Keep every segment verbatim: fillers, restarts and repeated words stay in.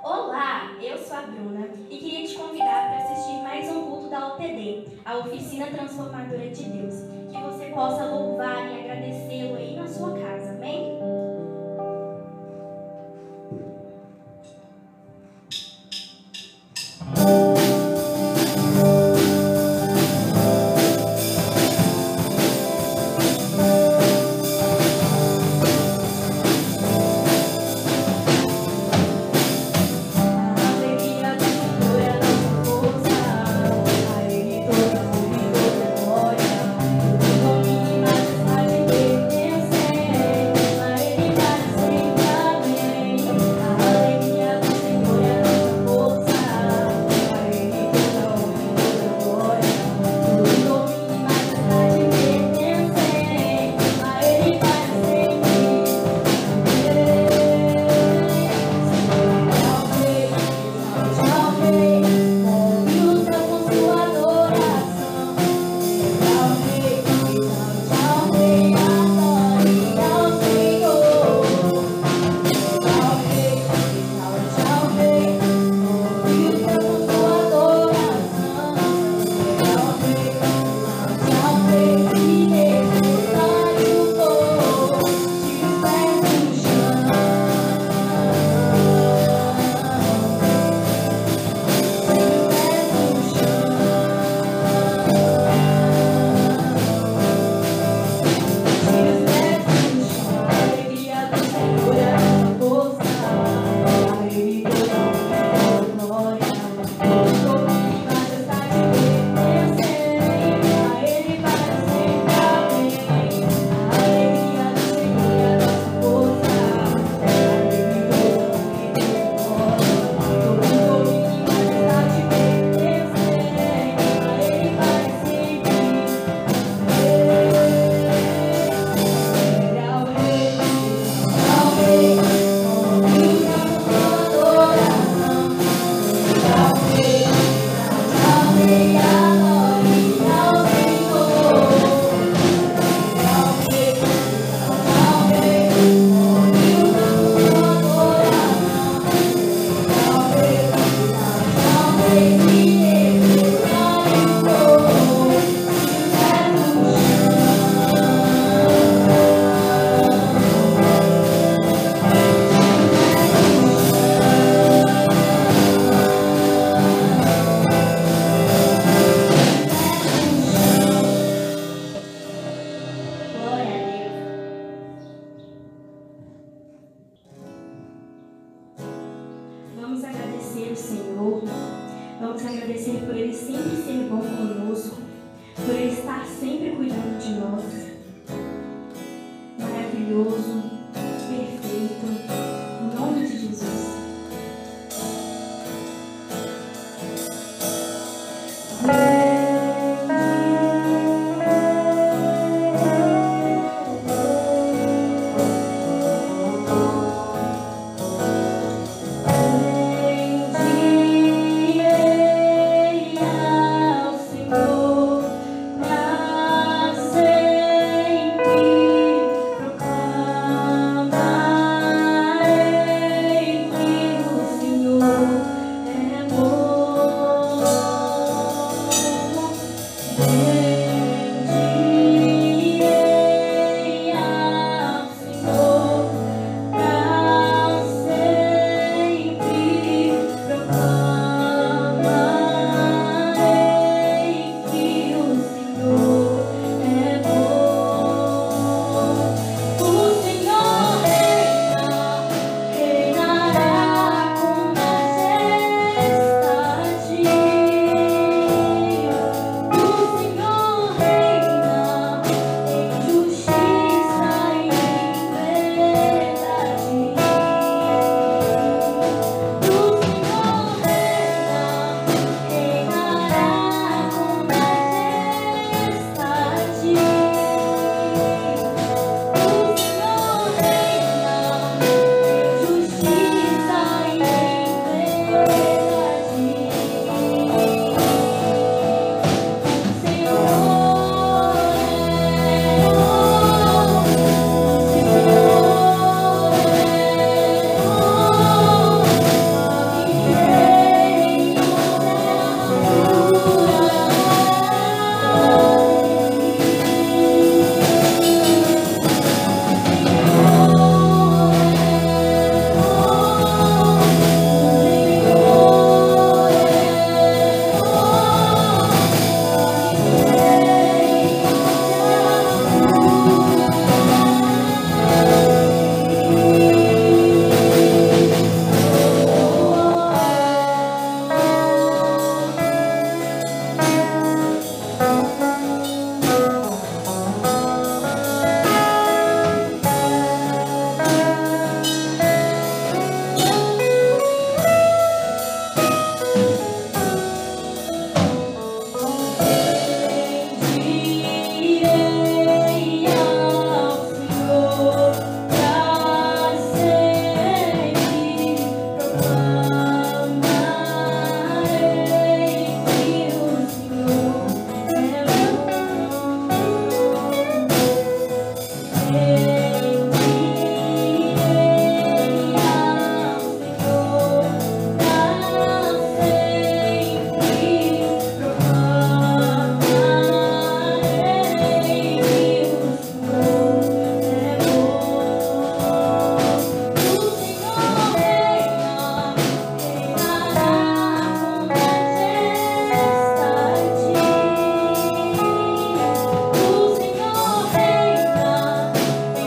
Olá, eu sou a Bruna e queria te convidar para assistir mais um culto da O T D, a Oficina Transformadora de Deus. Que você possa louvar e agradecê-lo aí na sua casa, amém? Vamos agradecer o Senhor, vamos agradecer por Ele sempre ser bom conosco, por Ele estar sempre cuidando de nós. Maravilhoso, perfeito, em nome de Jesus. Prazer Reina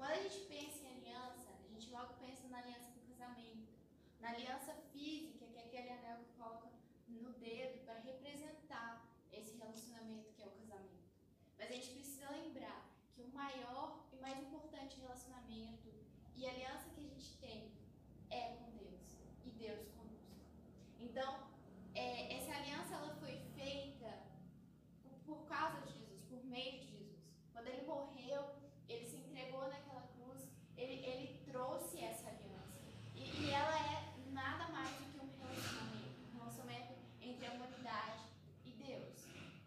Quando a gente pensa em aliança, a gente logo pensa na aliança do casamento, na aliança física, que é aquele anel que coloca no dedo para representar esse relacionamento que é o casamento. Mas a gente precisa lembrar que o maior e mais importante relacionamento e aliança que a gente tem é com Deus e Deus conosco. Então, é, essa aliança ela foi feita por, por causa de Jesus, por meio de Jesus. Quando ele morreu, ele se entregou naquela cruz, ele, ele trouxe essa aliança. E, e ela é nada mais do que um relacionamento, um relacionamento entre a humanidade e Deus.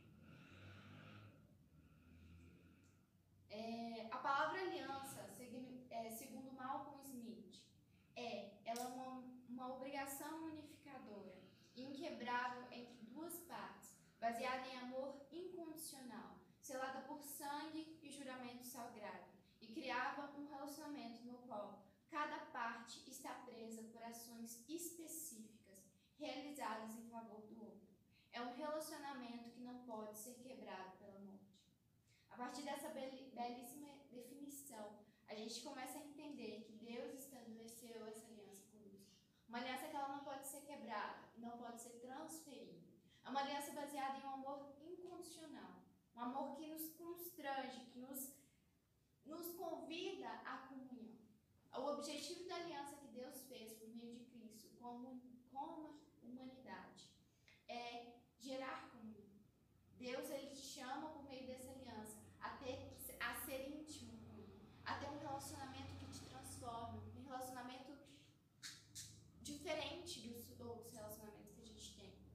É, a palavra aliança, segundo Malcolm Smith, é, ela é uma, uma obrigação unificadora, inquebrável entre duas partes, baseada em amor incondicional, selada por sangue e juramento sagrado, e criava um relacionamento no qual cada parte está presa por ações específicas realizadas em favor do outro. É um relacionamento que não pode ser quebrado pela morte. A partir dessa belíssima definição, a gente começa a entender que Deus estabeleceu essa aliança conosco. Uma aliança que ela não pode ser quebrada, não pode ser transferida. É uma aliança baseada em um amor incondicional, um amor que nos constrange, que nos, nos convida à comunhão. O objetivo da aliança que Deus fez por meio de Cristo com, com a humanidade é gerar comunhão. Deus ele te chama por meio dessa aliança a, ter, a ser íntimo com Ele, a ter um relacionamento que te transforma, um relacionamento diferente dos outros relacionamentos que a gente tem.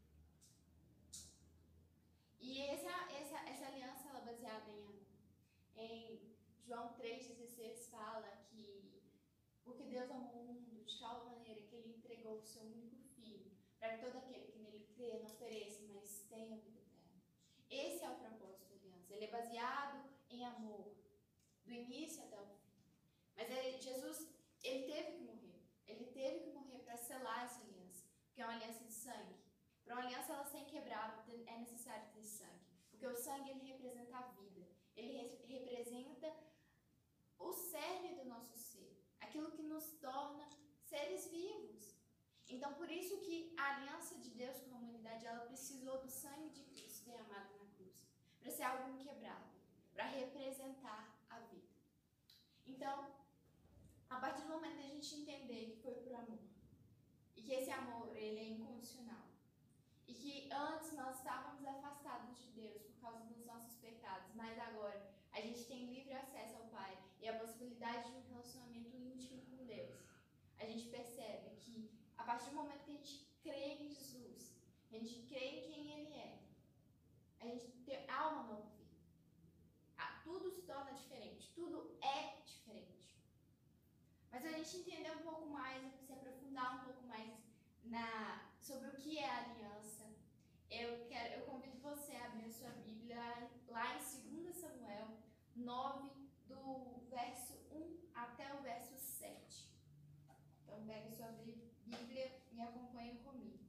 E essa, essa, essa aliança ela é baseada em amor. Em João três dezesseis fala que porque Deus amou o mundo de tal maneira que Ele entregou o seu único Filho, para que todo aquele que nele crê não pereça, mas tenha vida eterna. Esse é o propósito da aliança. Ele é baseado em amor, do início até o fim. Mas ele, Jesus, ele teve que morrer. Ele teve que morrer para selar essa aliança, porque é uma aliança de sangue. Para uma aliança ela ser quebrável, é necessário ter sangue, porque o sangue ele representa a vida. Ele re representa o cerne do nosso ser, aquilo que nos torna seres vivos. Então, por isso que a aliança de Deus com a humanidade, ela precisou do sangue de Cristo derramado na cruz, para ser algo inquebrável, para representar a vida. Então, a partir do momento da gente entender que foi por amor, e que esse amor, ele é incondicional, e que antes nós estávamos afastados de Deus por causa dos nossos pecados, mas agora a gente tem livre acesso ao Pai e a possibilidade de um relacionamento íntimo com Deus. A gente percebe que a partir do momento que a gente crê em Jesus, a gente crê em quem Ele é, a gente tem, há uma nova vida. Tudo se torna diferente, tudo é diferente. Mas a gente entender um pouco mais, se aprofundar um pouco mais na, sobre o que é a aliança, eu, quero, eu convido você a abrir a sua Bíblia lá em segundo Samuel nove, do verso um até o verso sete. Então, pegue sua Bíblia e acompanhe comigo.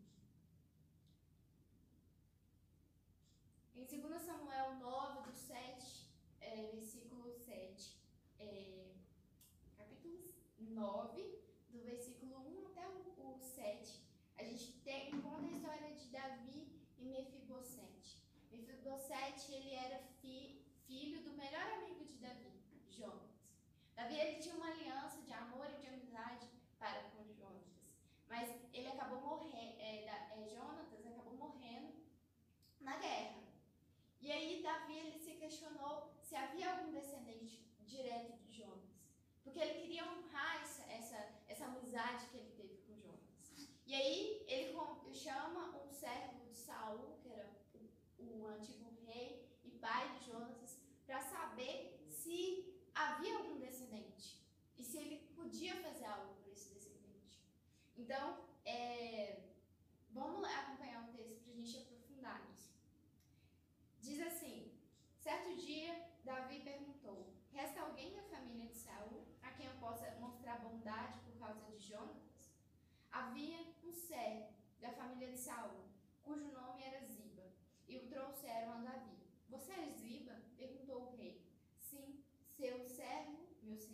Em segundo Samuel nove, do sete, é, versículo sete, é, capítulo nove, do versículo um até o, o sete, a gente tem, conta a história de Davi e Mefibosete. Mefibosete, ele era fi, filho do melhor amigo de Davi, Jonatas. Davi, ele tinha uma aliança de amor e de amizade para com Jonatas, mas ele acabou morrendo, é, é, Jonatas acabou morrendo na guerra. E aí Davi ele se questionou se havia algum descendente direto de Jonatas, porque ele queria honrar essa, essa, essa amizade que ele teve com Jonatas. E aí ele chama um servo de Saul, que era o, o antigo rei e pai de Jonatas, para saber se havia algum descendente e se ele podia fazer algo por esse descendente. Então, é, vamos acompanhar um texto para a gente aprofundar nisso. Diz assim: certo dia, Davi perguntou: resta alguém da família de Saul a quem eu possa mostrar bondade por causa de Jonatas? Havia um servo da família de Saul, cujo nome era Ziba, e o trouxeram a Davi. Você é Ziba? Perguntou o rei. Sim, seu servo, meu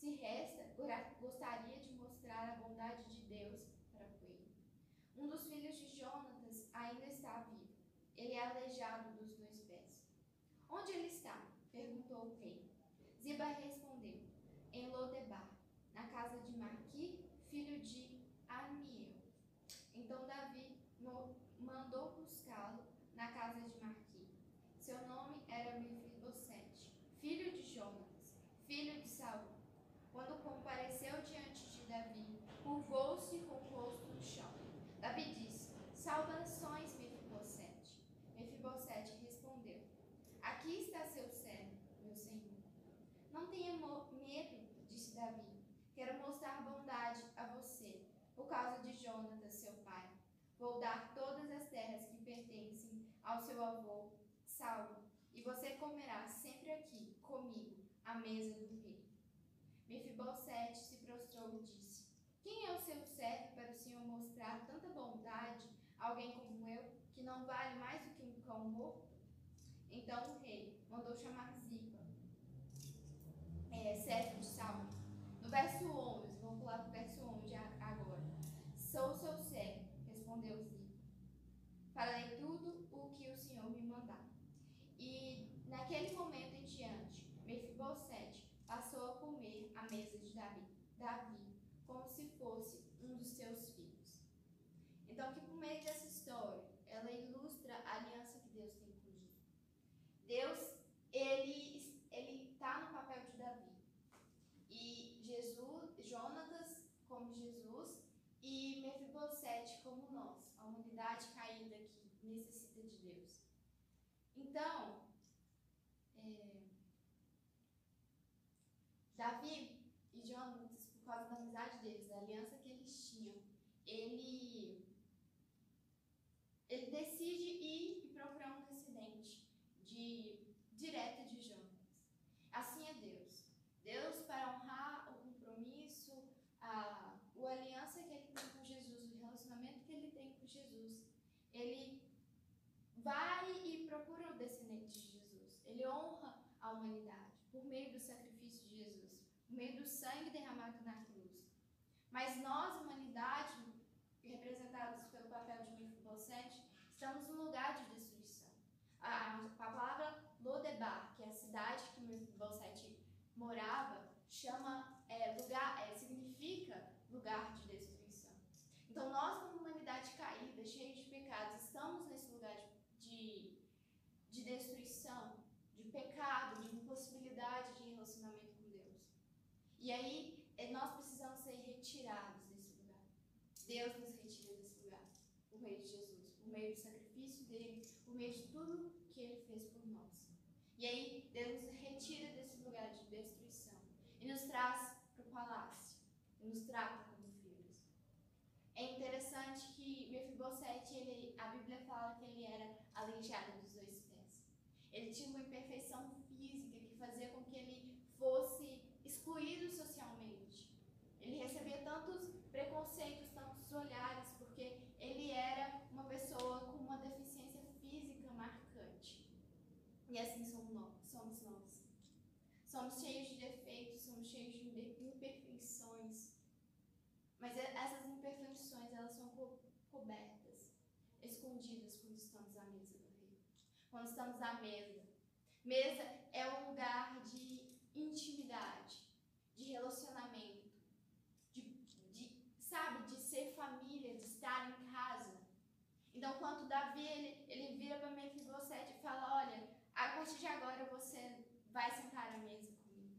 se resta, gostaria de mostrar a bondade de Deus para com ele. Um dos filhos de Jonatas ainda está vivo. Ele é aleijado dos dois pés. Onde ele está? Perguntou o rei. Ziba respondeu, em Lodebar, na casa de Maqui, filho de Amiel. Então Davi mandou buscá-lo na casa de Maqui. Seu nome era Mefibosete, filho de Jonatas, filho de Saul. Quando compareceu diante de Davi, curvou-se com o rosto no chão. Davi disse, saudações, Mefibosete. Mefibosete respondeu, aqui está seu servo, meu senhor. Não tenha medo, disse Davi. Quero mostrar bondade a você, por causa de Jonatas, seu pai. Vou dar todas as terras que pertencem ao seu avô, Saul, e você comerá sempre aqui, comigo, à mesa do rei. Mefibosete se prostrou e disse, quem é o seu servo para o senhor mostrar tanta bondade a alguém como eu, que não vale mais do que um cão morto? Então o rei mandou chamar Ziba, é, servo de Saul. No verso onze, vamos pular para o verso onze agora. Sou seu servo, respondeu Ziba. Farei tudo o que o senhor me mandar. E naquele momento em diante, Mefibosete passou a comer à mesa de Davi, Davi, como se fosse um dos seus filhos. Então, que por meio dessa história, ela ilustra a aliança que Deus tem com Davi. Deus, ele ele está no papel de Davi. E Jesus, Jonatas como Jesus e Mefibosete como nós, a humanidade caída que necessita de Deus. Então, é, Davi e Jonatas, por causa da amizade deles, da aliança que eles tinham, ele, ele decide ir e procurar um descendente de, direto de Jonatas. Assim é Deus. Deus, para honrar o compromisso, a, a aliança que ele tem com Jesus, o relacionamento que ele tem com Jesus, ele vai e procura o descendente de Jesus. Ele honra a humanidade por meio do sacrifício de Jesus, por meio do sangue derramado na cruz. Mas nós, humanidade, representados pelo papel de Mefibosete, estamos no lugar de destruição. A, a palavra Lodebar, que é a cidade que Mefibosete morava, chama, é, lugar, é, significa lugar de destruição. Então nós, como humanidade caída, cheia de pecados, estamos nesse lugar de, de, de destruição, de pecado, de impossibilidade de relacionamento com Deus. E aí nós precisamos ser retirados desse lugar. Deus nos retira desse lugar, por meio de Jesus, por meio do sacrifício dele, por meio de tudo que ele fez por nós. E aí Deus nos retira desse lugar de destruição e nos traz para o palácio, e nos trata como filhos. É interessante que Mefibosete, ele, a Bíblia fala que ele era aleijado dos dois pés. Ele tinha uma imperfeição física que fazia com que ele fosse excluído socialmente. Ele recebia tantos preconceitos, tantos olhares, porque ele era uma pessoa com uma deficiência física marcante. E assim somos nós. Somos, nós. somos cheios de defeitos, somos cheios de imperfeições. Mas essas imperfeições, elas são co cobertas, escondidas quando estamos à mesa do rei. Quando estamos à mesa. Mesa é um lugar de intimidade, de relacionamento, de, de, sabe, de ser família, de estar em casa. Então, quando Davi, ele, ele vira para Mefibosete e fala, olha, a partir de agora você vai sentar à mesa comigo.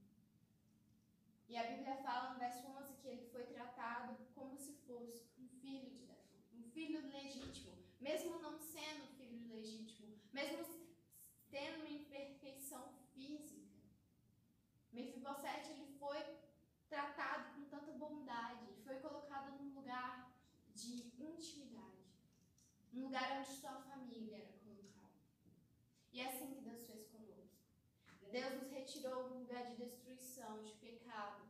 E a Bíblia fala no verso onze que ele foi tratado como se fosse um filho de Davi, um filho legítimo, mesmo não sendo filho legítimo, mesmo tendo uma imperfeição física. Mefibosete, ele foi tratado com tanta bondade, foi colocado num lugar de intimidade, num lugar onde sua família era colocada. E é assim que Deus fez conosco. Deus nos retirou do lugar de destruição, de pecado.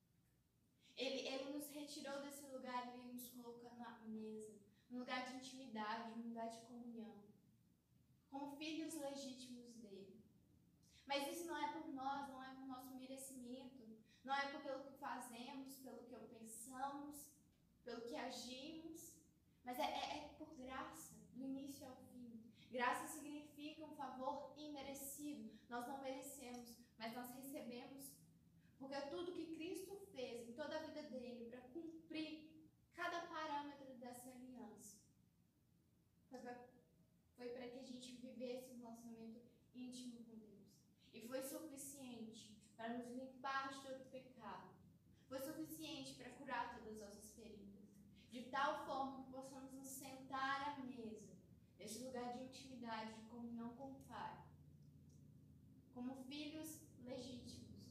Ele, ele nos retirou desse lugar, ele nos colocou na mesa, num lugar de intimidade, num lugar de comunhão, como filhos legítimos dele. Mas isso não é por nós, não é por nosso merecimento, Não é pelo que fazemos, pelo que pensamos, pelo que agimos, mas é, é, é por graça, do início ao fim. Graça significa um favor imerecido. Nós não merecemos, mas nós recebemos, porque tudo que Cristo fez em toda a vida dele para cumprir cada parâmetro dessa aliança foi para que a gente vivesse um relacionamento íntimo com Deus. E foi suficiente para nos limpar de todo pecado. Foi suficiente para curar todas as nossas feridas. De tal forma que possamos nos sentar à mesa, nesse lugar de intimidade, de comunhão com o Pai, como filhos legítimos.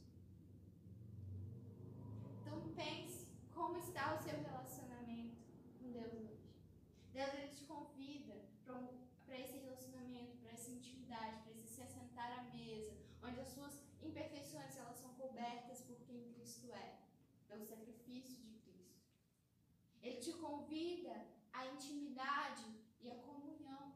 Então pense como está o seu relacionamento com Deus hoje. Deus ele te convida para um, para esse relacionamento, para essa intimidade, para esse se sentar à mesa, onde as suas imperfeições elas são cobertas por quem Cristo é, pelo sacrifício de Cristo. Ele te convida à intimidade e à comunhão.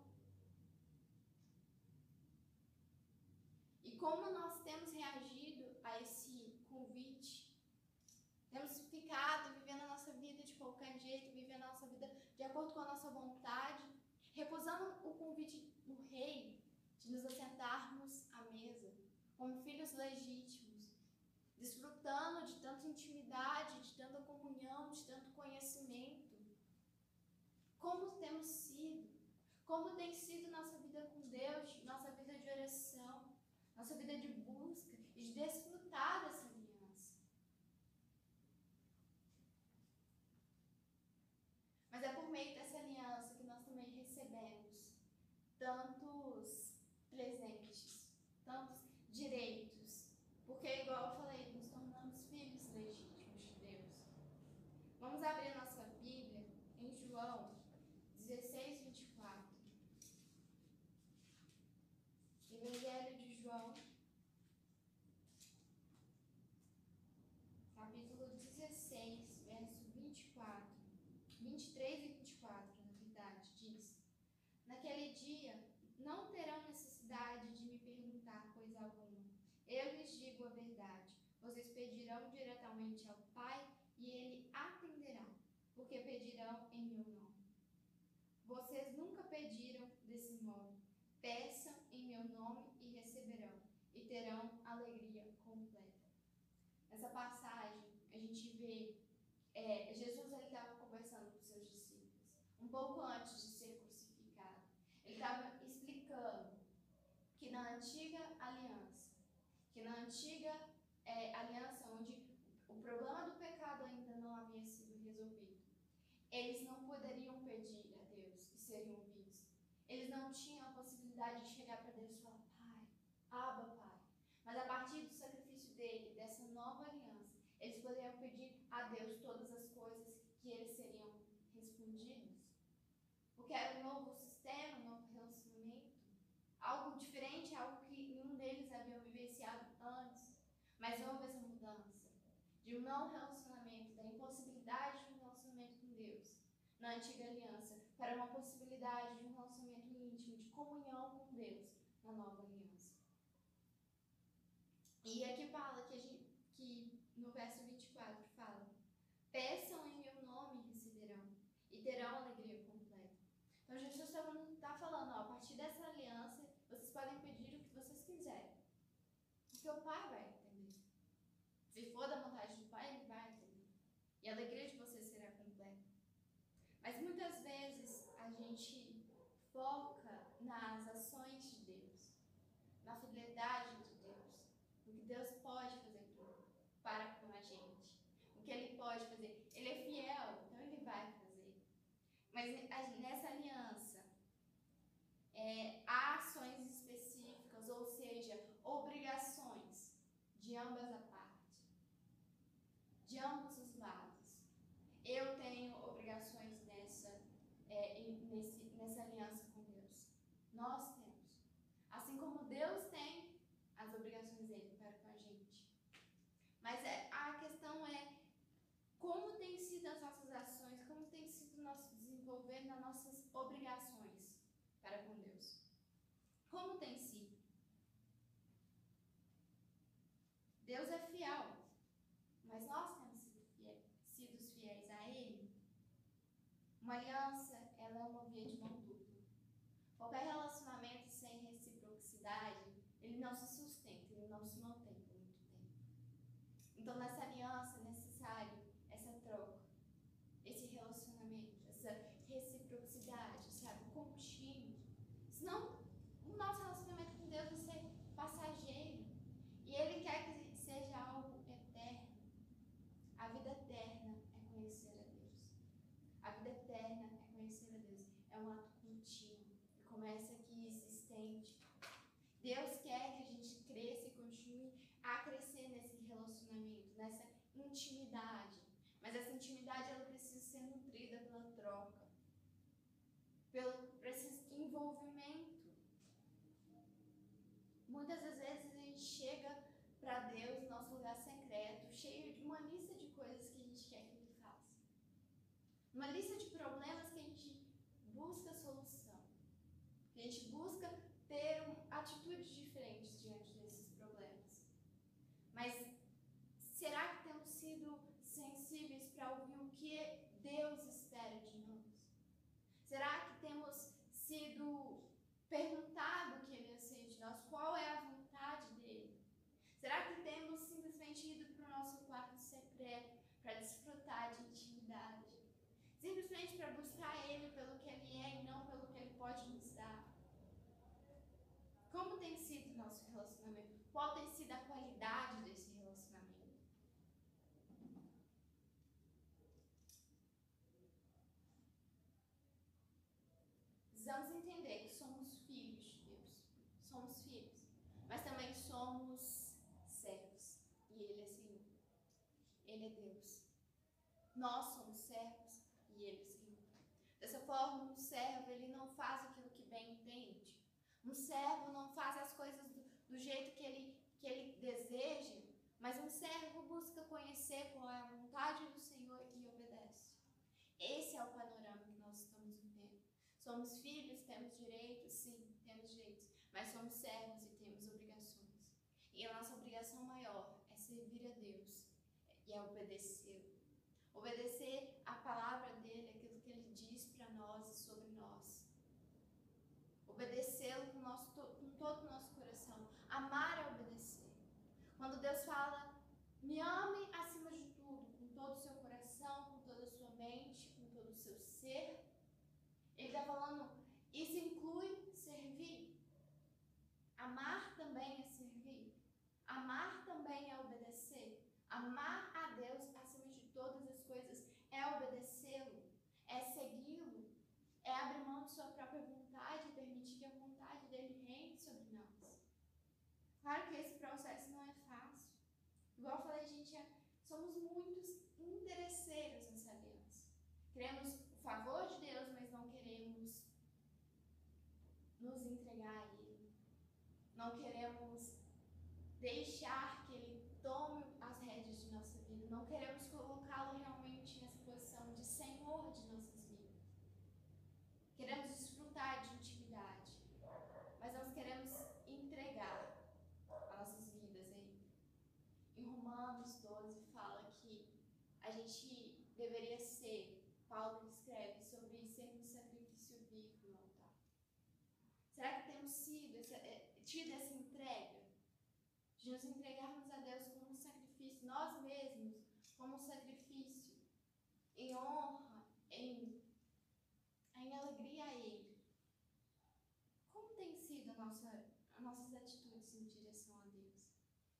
E como nós temos reagido a esse convite? Temos ficado vivendo a nossa vida de qualquer jeito, vivendo a nossa vida de acordo com a nossa vontade, recusando o convite do Rei de nos assentarmos à mesa, como filhos legítimos, desfrutando de tanta intimidade, de tanta comunhão, de tanto conhecimento. Como temos sido? Como tem sido nossa vida com Deus, nossa vida de oração, nossa vida de busca e de desfrutar dessa aliança? Mas é por meio dessa aliança que nós também recebemos tantos presentes, tantos direitos. Porque, igual eu falei, nos tornamos filhos legítimos de Deus. Vamos abrir a nossa Bíblia em João dezesseis, vinte e quatro. Evangelho de João, capítulo dezesseis, verso vinte e quatro. vinte e três e vinte e quatro, na verdade, diz: Naquele dia não terão necessidade de me perguntar coisa alguma. Eu lhes digo a verdade. Vocês pedirão diretamente ao Pai e Ele atenderá, porque pedirão em meu nome. Vocês nunca pediram desse modo. Peçam em meu nome e receberão, e terão alegria completa. Nessa passagem, a gente vê é, Jesus estava conversando com seus discípulos, um pouco antes de ser crucificado. Ele estava explicando que na antiga aliança, que na antiga é, aliança onde o problema do pecado ainda não havia sido resolvido, eles não poderiam pedir a Deus e serem ouvidos. Eles não tinham a possibilidade de chegar para Deus e falar: Pai, Abba, Pai. Mas a partir do sacrifício dele, dessa nova aliança, eles poderiam pedir a Deus todas as coisas que eles seriam respondidos. Porque era um novo sistema, um novo relacionamento, algo diferente, algo que nenhum deles havia vivenciado antes. Mas houve essa mudança de um não relacionamento, da impossibilidade de um relacionamento com Deus na antiga aliança, para uma possibilidade de um relacionamento íntimo, de comunhão com Deus na nova aliança. E aqui fala que, a gente, que no verso vinte e quatro fala: peçam em meu nome e receberão, e terão alegria completa. Então Jesus está falando, ó, a partir dessa aliança, vocês podem pedir o que vocês quiserem, porque o Pai vai atender. Se for da vontade do Pai, Ele vai atender. E a alegria de vocês será completa. Mas muitas vezes a gente foca nas ações de Deus, na fidelidade de Deus, no que Deus pode fazer para com a gente, o que Ele pode fazer. Ele é fiel, então Ele vai fazer. Mas nessa aliança, é, há ações específicas, ou seja, obrigações de ambas as partes, de ambos os lados. Eu tenho obrigações nessa, é, nesse, nessa aliança com Deus. Nós temos. Assim como Deus tem as obrigações dele para com a gente. Mas é, a questão é como tem sido as nossas ações, como tem sido o nosso desenvolver nas nossas obrigações para com Deus. Como tem sido? Deus é fiel. Uma aliança, ela é uma via de mão dupla. Qualquer relacionamento sem reciprocidade, ele não se sustenta, ele não se mantém por muito tempo. Então, nessa aliança é necessário essa troca, esse relacionamento, essa reciprocidade, sabe, contínuo. Senão, o nosso relacionamento com Deus vai ser passageiro. E Ele quer que seja algo eterno. A vida eterna é conhecer a Deus. A vida eterna é conhecer a Deus. É um ato contínuo. E começa aqui e se estende. Deus quer que a gente cresça e continue a crescer nesse relacionamento, nessa intimidade. Mas essa intimidade, ela precisa ser nutrida pela troca, pelo, por esse envolvimento. Muitas das vezes a gente chega para Deus, nosso lugar secreto, cheio de uma lista de coisas que a gente quer que Ele faça. Uma lista de problemas que a gente busca solução. Que a gente busca ter um, atitudes diferentes diante desses problemas. Mas será que temos sido sensíveis para ouvir o que Deus espera de nós? Será que temos sido perguntado o que Ele anseia de nós? Qual é a vontade dEle? Será que temos simplesmente ido para o nosso quarto secreto para desfrutar de intimidade? Simplesmente para buscar Ele pelo que Ele é e não pelo que Ele pode nos dar? Como tem sido o nosso relacionamento? Qual tem sido a qualidade desse relacionamento? Precisamos entender que somos filhos de Deus. Somos filhos. Mas também somos servos. E Ele é Senhor. Ele é Deus. Nós somos servos e Ele é Senhor. Dessa forma, um servo, ele não faz aquilo que bem entende. Um servo não faz as coisas do, do jeito que ele, que ele deseja, mas um servo busca conhecer qual é a vontade do Senhor e obedece. Esse é o panorama que nós estamos vivendo. Somos filhos, temos direitos, sim, temos direitos, mas somos servos e temos obrigações. E a nossa obrigação maior é servir a Deus e é obedecê-lo. Obedecer a palavra dele, aquilo que ele diz para nós e sobre nós. Obedecê-lo com, nosso, com todo o nosso coração. Amar é obedecer. Quando Deus fala, me ame acima de tudo, com todo o seu coração, com toda a sua mente, com todo o seu ser, Ele está falando, isso inclui servir. Amar também é servir. Amar também é obedecer. Amar a Deus acima de todas as coisas é obedecê-lo, é segui-lo, é abrir mão de sua própria vontade e permitir que a vontade dele reine sobre nós. Claro que esse processo não é fácil. Igual eu falei, gente, é, somos muitos interesseiros nessa aliança. Queremos o favor de Deus, mas não queremos nos entregar a Ele. Não queremos deixar que Ele tome as rédeas de nossa vida. Não queremos colocá-lo realmente nessa posição de Senhor de nossas vidas. Queremos desfrutar de intimidade, mas nós queremos entregar as nossas vidas a Ele. Em Romanos doze fala que a gente deveria ser, Paulo escreve sobre ser um sacrifício vivo no altar. Será que temos sido, tido essa entrega? De nos entregarmos a Deus como um sacrifício, nós mesmos como um sacrifício, em honra, em, em alegria a Ele. Como tem sido a nossa, as nossas atitudes em direção a Deus?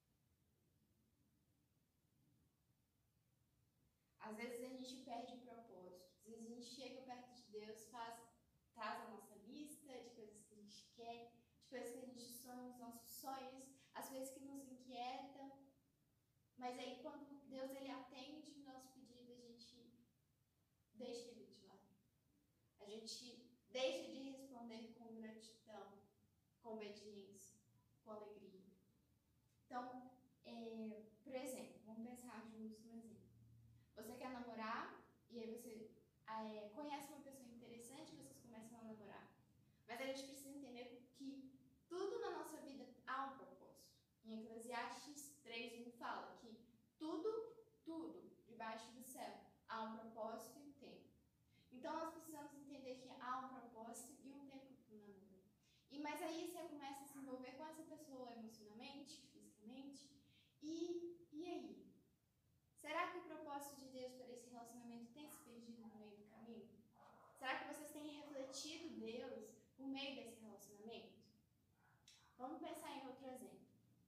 Às vezes a gente perde o propósito, às vezes a gente chega perto de Deus, faz, traz a nossa lista de coisas que a gente quer, de coisas que a gente sonha, os nossos sonhos, as coisas que nos inquietam, mas aí quando Deus ele atende o nosso pedido, a gente deixa ele de lado. A gente deixa de responder com gratidão, com obediência, com alegria. Então, é, por exemplo, vamos pensar juntos no exemplo. Você quer namorar e aí você é, conhece uma pessoa interessante e vocês começam a namorar. Mas a gente precisa entender que tudo na nossa vida há um propósito. Em Eclesiastes três, um fala que tudo, tudo debaixo do céu há um propósito e um tempo. Então, Então nós precisamos entender que há um propósito e um tempo para o namoro. E, mas aí você começa a se envolver com essa pessoa emocionalmente, fisicamente, e, e aí? Será que o propósito de Deus para esse relacionamento tem se perdido no meio do caminho? Será que vocês têm refletido Deus por meio desse relacionamento? Vamos pensar em outro exemplo.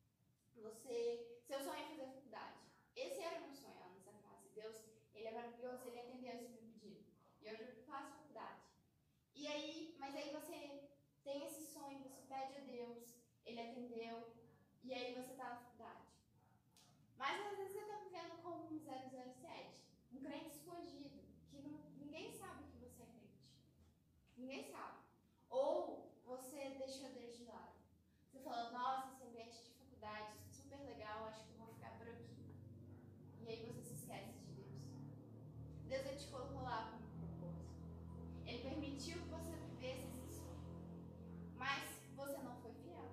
Você, seu sonho é fazer faculdade. Esse era o meu sonho lá nessa fase. Deus, ele é maravilhoso, ele atendeu esse meu pedido. E hoje eu faço faculdade. E aí, mas aí você tem esse sonho, você pede a Deus, ele atendeu, e aí você está na faculdade. Mas às vezes você está vivendo como um zero zero sete, um crente escondido, que não, ninguém sabe que você é crente. Ninguém sabe. Ou você deixou Deus de lado. Você fala, nossa, esse ambiente de faculdade, super legal, acho que eu vou ficar por aqui. E aí você se esquece de Deus. Deus ele te colocou lá com um propósito. Ele permitiu que você vivesse esse sonho. Mas você não foi fiel.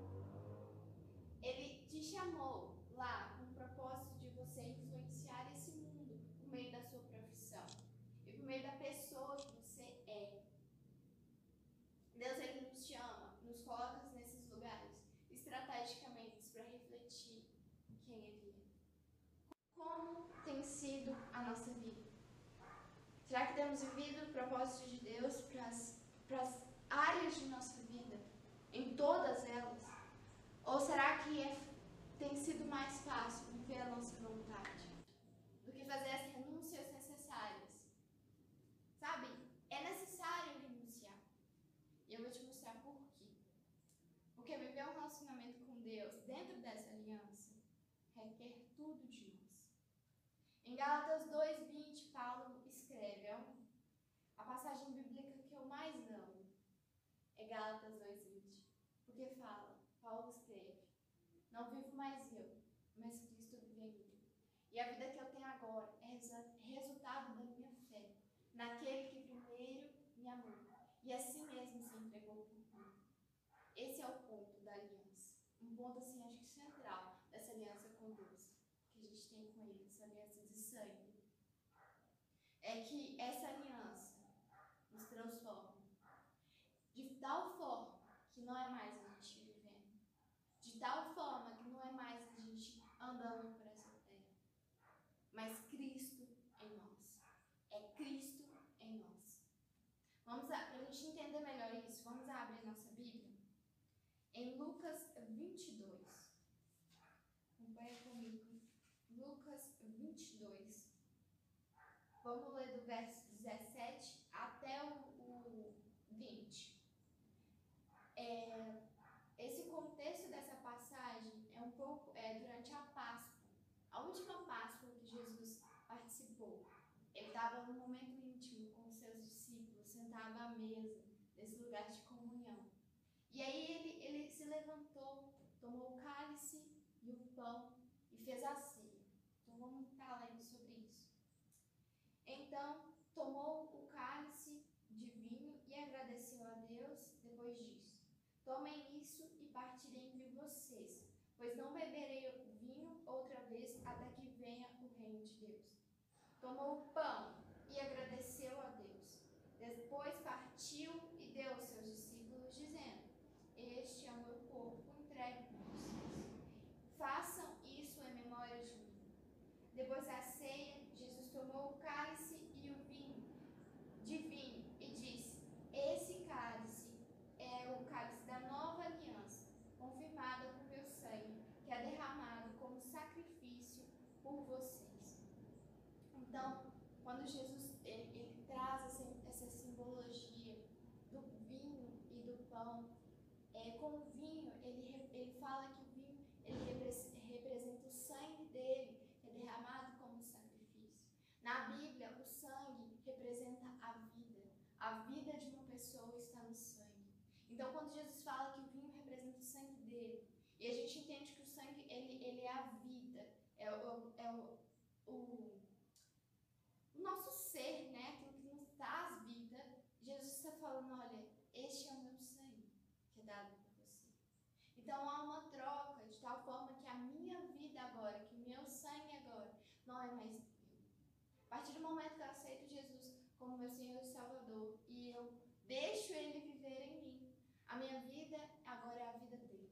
Ele te chamou lá com o propósito de você influenciar esse mundo por meio da sua profissão e por meio da pessoa que você é. Deus ele nos chama, nos coloca nesses lugares estrategicamente para refletir quem ele é. Como tem sido a nossa vida? Será que temos vivido o propósito de Deus para as áreas de nossa vida, em todas elas? Ou será que é, tem sido mais fácil viver a nossa vontade do que fazer as renúncias necessárias? Sabe? É necessário renunciar. E eu vou te mostrar por quê. Porque viver um relacionamento com Deus dentro dessa aliança requer tudo de nós. Em Gálatas dois, vinte, Paulo escreve, é a passagem bíblica que eu mais amo. É Gálatas dois, vinte. Porque fala, Paulo escreve, não vivo mais eu, mas Cristo vive em mim. E a vida que eu tenho agora é resultado da minha fé, naquele que primeiro me amou e assim mesmo se entregou por mim. Esse é o ponto da aliança. Um ponto, assim, acho que central dessa aliança com Deus, que a gente tem com Ele, essa aliança de sangue. É que essa aliança nos transforma de tal forma que não é mais a gente vivendo, de tal forma que não é mais a gente andando por essa terra, mas Cristo em nós. É Cristo em nós. Vamos a, para a gente entender melhor isso, vamos abrir nossa Bíblia em Lucas vinte e dois. Acompanha comigo. Lucas vinte e dois. Vamos ler do verso dezessete até o, o vinte. É, esse contexto dessa passagem é um pouco é, durante a Páscoa, a última Páscoa que Jesus participou. Ele estava num momento íntimo com os seus discípulos, sentado à mesa, nesse lugar de comunhão. E aí ele, ele se levantou, tomou o cálice e o pão e fez a ceia. Então vamos estar lendo sobre isso. Então, tomou o cálice de vinho e agradeceu a Deus depois disso. Tomem isso e partirei entre vocês, pois não beberei o vinho outra vez até que venha o reino de Deus. Tomou o pão e agradeceu a Deus. Depois partiu e deu aos seus discípulos, dizendo, este é o meu corpo entregue por vocês. Façam isso em memória de mim. Depois da ceia, Jesus tomou o cálice e o vinho de vinho e disse, esse cálice é o cálice da nova aliança, confirmada com meu sangue, que é derramado como sacrifício por vocês. Então, quando Jesus ele, ele traz essa, essa simbologia do vinho e do pão, é, com o vinho, ele, ele fala que o vinho ele representa o sangue dele, que é derramado como sacrifício. Na Bíblia, o sangue representa a vida. A vida de uma pessoa está no sangue. Então, quando Jesus fala que o vinho representa o sangue dele, e a gente entende que o sangue ele, ele é a vida, é o, é o, o, o nosso ser, né? Aquilo que nos traz vida, Jesus está falando, olha, este é o meu sangue que é dado por você. Então há uma troca de tal forma que a minha vida agora, que o meu sangue agora, não é mais meu. A partir do momento que eu aceito Jesus como como meu Senhor e Salvador e eu deixo Ele viver em mim, a minha vida agora é a vida dele.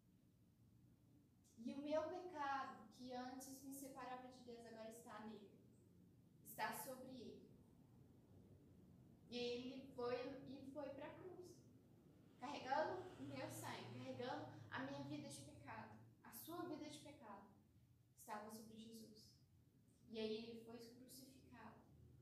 E o meu pecado, que antes me separava de Deus, agora está nele, está sobre ele. E ele foi e foi para a cruz, carregando o meu sangue, carregando a minha vida de pecado, a sua vida de pecado, estava sobre Jesus. E aí ele foi crucificado,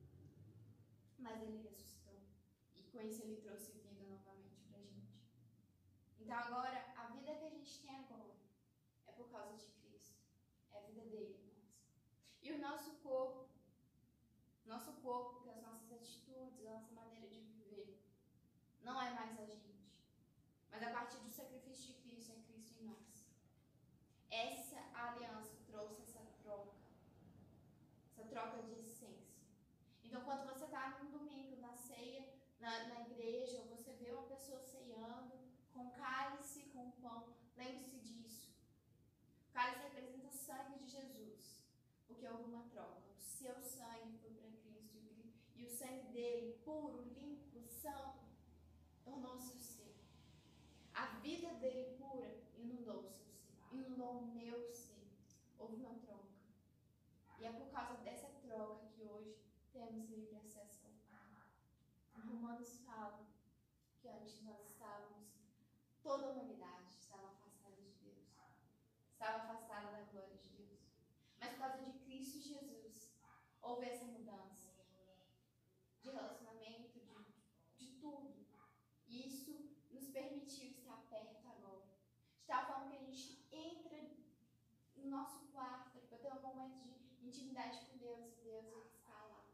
mas ele ressuscitou. E com isso ele trouxe vida novamente para a gente. Então agora, a vida que a gente tem agora é por causa de Cristo. É a vida dele em nós. E o nosso corpo, nosso corpo, que as nossas atitudes, a nossa maneira de viver, não é mais a gente. Mas a partir do sacrifício de Cristo, é Cristo em nós. Essa aliança trouxe essa troca. Essa troca de essência. Então, quando você está num domingo, na ceia, na, na igreja, ou você vê uma pessoa ceando, com cálice, com pão, lembre-se disso. O cálice representa o sangue de Jesus, porque houve uma troca. O seu sangue foi para Cristo e o sangue dele, puro, limpo, santo, tornou-se o seu. A vida dele pura inundou o seu ser, inundou o meu ser. Houve uma troca. E é por causa dessa troca que hoje temos livre acesso ao Pai. Romanos fala que antes nós estávamos, toda a humanidade estava afastada de Deus, estava afastada da glória de Deus. Mas por causa de Cristo Jesus, houve essa mudança de relacionamento, de, de tudo. E isso nos permitiu estar perto agora. De tal forma que a gente entra no nosso quarto para ter um momento de intimidade com Deus, e Deus ele está lá.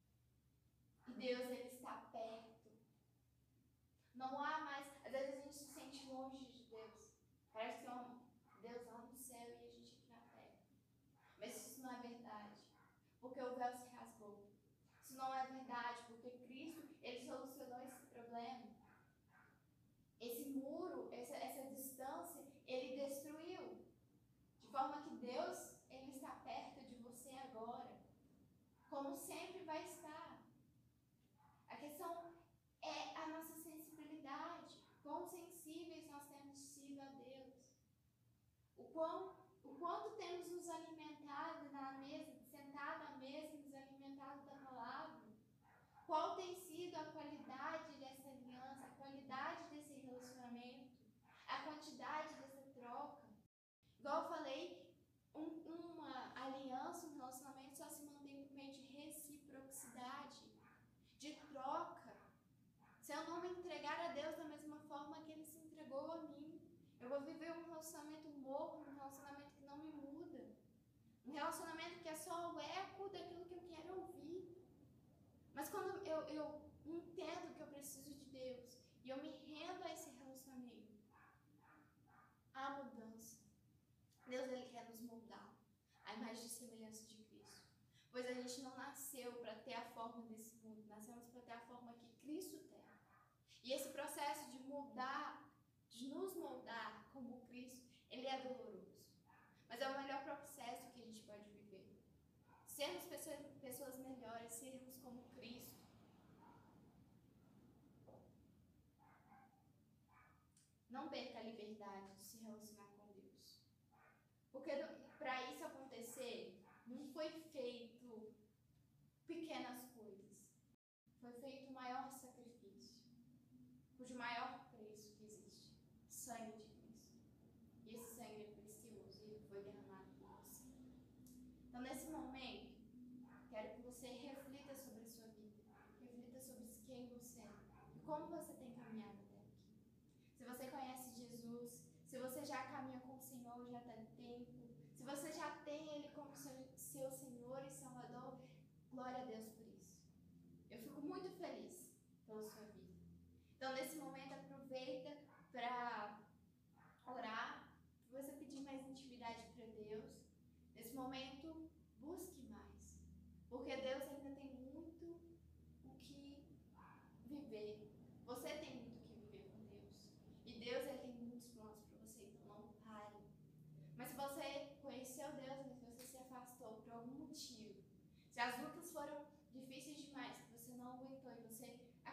E Deus ele está perto. Não há mais, às vezes a gente se sente longe de Deus. Parece que é Deus lá no céu e a gente aqui na terra. Mas isso não é verdade, porque o véu se rasgou. Isso não é verdade, porque Cristo ele solucionou esse problema. Esse muro, essa, essa distância, ele destruiu. De forma que Deus ele está perto de você agora, como sempre vai estar. A questão é a nossa sensibilidade, quão sensíveis nós temos sido a Deus, o, quão, o quanto temos nos alimentado na mesa, sentado à mesa e nos alimentado da palavra, qual tem sido a qualidade dessa aliança, a qualidade desse relacionamento, a quantidade dessa troca. Igual eu falei, um, uma aliança, um relacionamento só se mantém por meio de reciprocidade, de troca. Se eu não me entregar a Deus da mesma forma que Ele se entregou a mim, eu vou viver um relacionamento morno, um relacionamento que não me muda. Um relacionamento que é só o eco daquilo que eu quero ouvir. Mas quando eu, eu entendo que eu preciso de Deus e eu me rendo a esse relacionamento, há mudança. Deus ele quer nos moldar à imagem e semelhança de Cristo. Pois a gente não nasceu para ter a forma desse mundo, nascemos para ter a forma que Cristo tem. E esse processo de moldar, de nos moldar como Cristo, ele é doloroso. Mas é o melhor processo que a gente pode viver. Sermos pessoas, pessoas melhores, sermos como Cristo. Não perca a liberdade de se relacionar com Deus. Porque para isso acontecer, não foi feito pequenas coisas. Foi feito o maior sacrifício, cujo maior preço que existe, sangue de Cristo. E esse sangue é precioso e ele foi derramado por você. Então, nesse momento, quero que você reflita sobre a sua vida, reflita sobre quem você é e como você tem caminhado até aqui. Se você conhece Jesus, se você já caminha com o Senhor, já está tempo, se você já tem Ele como seu, seu Senhor e Salvador, glória a Deus por isso. Eu fico muito feliz pela sua vida. Então, nesse momento, aproveita para orar, para você pedir mais intimidade para Deus. Nesse momento, busque mais, porque Deus ainda tem muito o que viver. Você tem muito o que viver com Deus. E Deus ele tem muitos planos para você, então não pare. Mas se você conheceu Deus, mas você se afastou por algum motivo, se as lutas foram difíceis demais, que você não aguentou,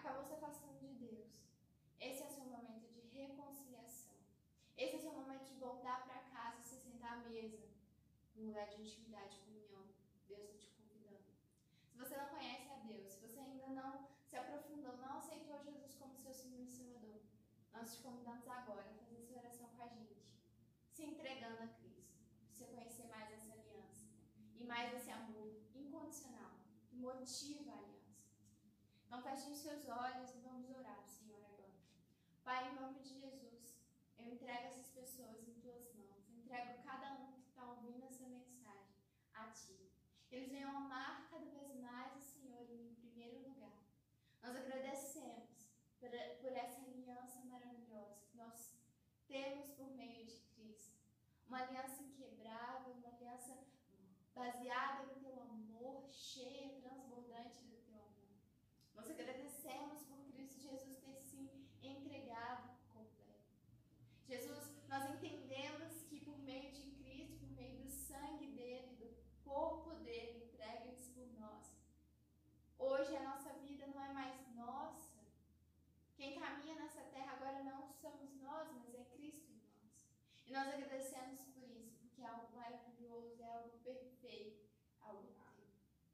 acabou se afastando de Deus, esse é o seu momento de reconciliação. Esse é o seu momento de voltar para casa e se sentar à mesa, num lugar de intimidade e comunhão. Deus está te convidando. Se você não conhece a Deus, se você ainda não se aprofundou, não aceitou Jesus como seu Senhor e Salvador, nós te convidamos agora a fazer essa oração com a gente, se entregando a Cristo, para você conhecer mais essa aliança e mais esse amor incondicional que motiva a aliança. Então feche os seus olhos e vamos orar, Senhor, agora. Pai, em nome de Jesus, eu entrego essas pessoas em tuas mãos, eu entrego cada um que está ouvindo essa mensagem a ti. Eles venham amar cada vez mais o Senhor em primeiro lugar. Nós agradecemos por, por essa aliança maravilhosa que nós temos por meio de Cristo. Uma aliança inquebrável, uma aliança baseada no teu amor, cheia, transbordante do teu amor. Nós agradecemos por Cristo Jesus ter se entregado por completo. Jesus, nós entendemos que por meio de Cristo, por meio do sangue dele, do corpo dele entregues por nós, hoje a nossa vida não é mais nossa. Quem caminha nessa terra agora não somos nós, mas é Cristo em nós. E nós agradecemos por isso, porque é algo maravilhoso, é algo perfeito, é algo teu.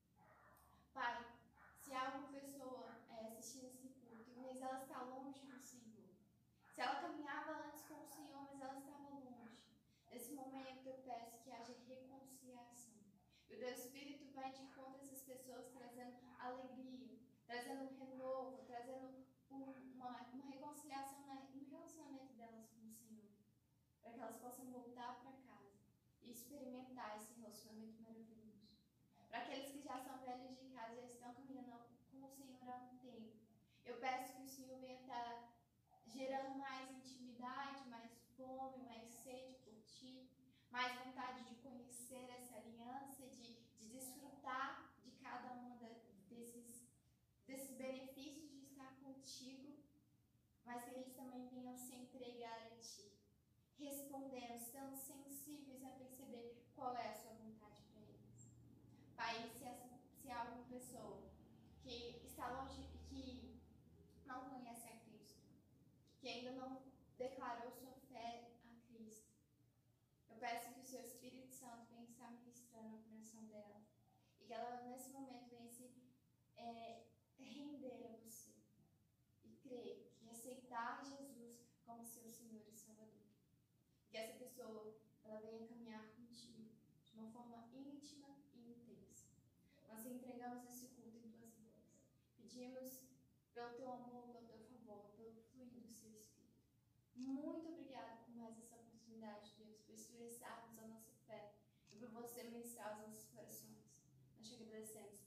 Pai, se há alguma pessoa é, assistindo esse culto, mas ela está longe do Senhor, se ela caminhava antes com o Senhor, mas ela estava longe, nesse momento eu peço que haja reconciliação. E o teu Espírito vai de encontro a essas pessoas, trazendo alegria, trazendo um renovo, trazendo um, uma, uma reconciliação no relacionamento delas com o Senhor, para que elas possam voltar para casa e experimentar esse relacionamento maravilhoso. Para aqueles que já são velhos de casa, já estão caminhando com o Senhor há um tempo, eu peço que o Senhor venha estar gerando mais intimidade, mais fome, mais sede por Ti, mais vontade de conhecer essa aliança, de, de desfrutar de cada um desses, desses benefícios de estar contigo, mas que eles também venham se entregar a Ti, respondendo, sendo sensíveis a perceber qual é a Sua vontade para eles. Pai, se, se há alguma pessoa que está longe, que não conhece a Cristo, que ainda não declarou sua fé a Cristo, eu peço que o Seu Espírito Santo venha estar ministrando o coração dela e que ela nesse momento venha se é, render a você e crer e aceitar Jesus como seu Senhor e Salvador. E que essa pessoa ela venha caminhar contigo de uma forma íntima e intensa. Nós entregamos esse culto em Tuas mãos. Pedimos pelo Teu amor, pelo Teu favor, pelo fluir do Seu Espírito. Muito obrigada por mais essa oportunidade, Deus, por expressarmos a nossa fé e por você ministrar os nossos corações. Nós te agradecemos